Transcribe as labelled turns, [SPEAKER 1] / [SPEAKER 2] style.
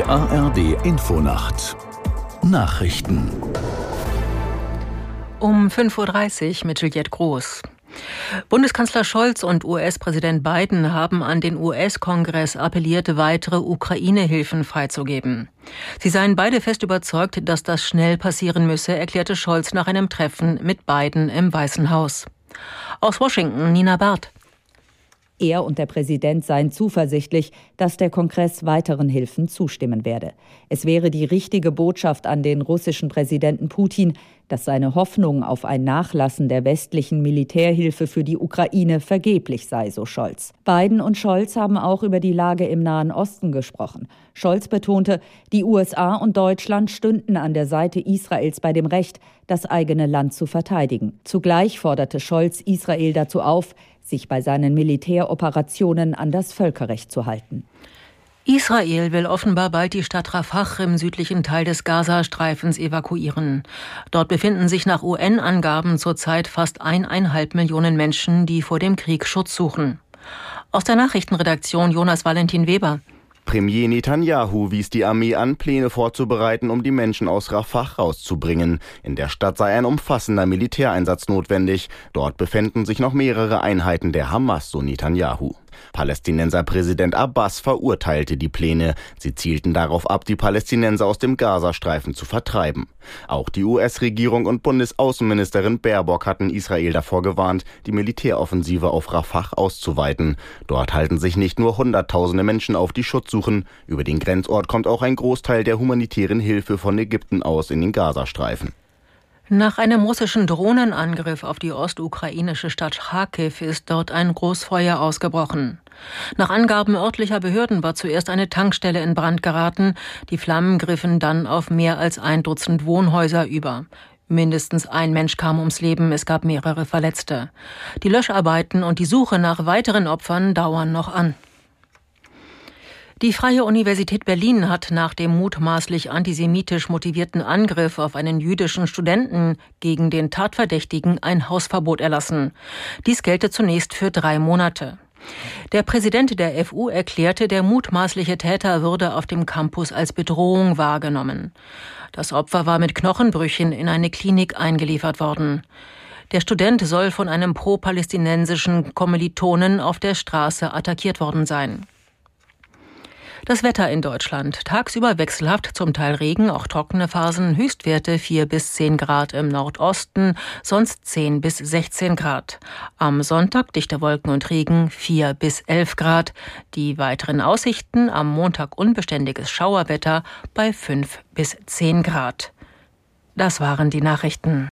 [SPEAKER 1] Die ARD-Infonacht Nachrichten
[SPEAKER 2] um 5:30 Uhr mit Juliette Groß. Bundeskanzler Scholz und US-Präsident Biden haben an den US-Kongress appelliert, weitere Ukraine-Hilfen freizugeben. Sie seien beide fest überzeugt, dass das schnell passieren müsse, erklärte Scholz nach einem Treffen mit Biden im Weißen Haus. Aus Washington, Nina Barth.
[SPEAKER 3] Er und der Präsident seien zuversichtlich, dass der Kongress weiteren Hilfen zustimmen werde. Es wäre die richtige Botschaft an den russischen Präsidenten Putin, dass seine Hoffnung auf ein Nachlassen der westlichen Militärhilfe für die Ukraine vergeblich sei, so Scholz. Biden und Scholz haben auch über die Lage im Nahen Osten gesprochen. Scholz betonte, die USA und Deutschland stünden an der Seite Israels bei dem Recht, das eigene Land zu verteidigen. Zugleich forderte Scholz Israel dazu auf, sich bei seinen Militäroperationen an das Völkerrecht zu halten.
[SPEAKER 2] Israel will offenbar bald die Stadt Rafah im südlichen Teil des Gazastreifens evakuieren. Dort befinden sich nach UN-Angaben zurzeit fast 1,5 Millionen Menschen, die vor dem Krieg Schutz suchen. Aus der Nachrichtenredaktion Jonas Valentin Weber.
[SPEAKER 4] Premier Netanyahu wies die Armee an, Pläne vorzubereiten, um die Menschen aus Rafah rauszubringen. In der Stadt sei ein umfassender Militäreinsatz notwendig. Dort befänden sich noch mehrere Einheiten der Hamas, so Netanyahu. Palästinenser Präsident Abbas verurteilte die Pläne. Sie zielten darauf ab, die Palästinenser aus dem Gazastreifen zu vertreiben. Auch die US-Regierung und Bundesaußenministerin Baerbock hatten Israel davor gewarnt, die Militäroffensive auf Rafah auszuweiten. Dort halten sich nicht nur Hunderttausende Menschen auf, die Schutz suchen. Über den Grenzort kommt auch ein Großteil der humanitären Hilfe von Ägypten aus in den Gazastreifen.
[SPEAKER 2] Nach einem russischen Drohnenangriff auf die ostukrainische Stadt Charkiw ist dort ein Großfeuer ausgebrochen. Nach Angaben örtlicher Behörden war zuerst eine Tankstelle in Brand geraten. Die Flammen griffen dann auf mehr als 1 Dutzend Wohnhäuser über. Mindestens ein Mensch kam ums Leben, es gab mehrere Verletzte. Die Löscharbeiten und die Suche nach weiteren Opfern dauern noch an. Die Freie Universität Berlin hat nach dem mutmaßlich antisemitisch motivierten Angriff auf einen jüdischen Studenten gegen den Tatverdächtigen ein Hausverbot erlassen. Dies gelte zunächst für 3 Monate. Der Präsident der FU erklärte, der mutmaßliche Täter würde auf dem Campus als Bedrohung wahrgenommen. Das Opfer war mit Knochenbrüchen in eine Klinik eingeliefert worden. Der Student soll von einem pro-palästinensischen Kommilitonen auf der Straße attackiert worden sein. Das Wetter in Deutschland. Tagsüber wechselhaft, zum Teil Regen, auch trockene Phasen, Höchstwerte 4 bis 10 Grad im Nordosten, sonst 10 bis 16 Grad. Am Sonntag dichte Wolken und Regen, 4 bis 11 Grad. Die weiteren Aussichten: am Montag unbeständiges Schauerwetter bei 5 bis 10 Grad. Das waren die Nachrichten.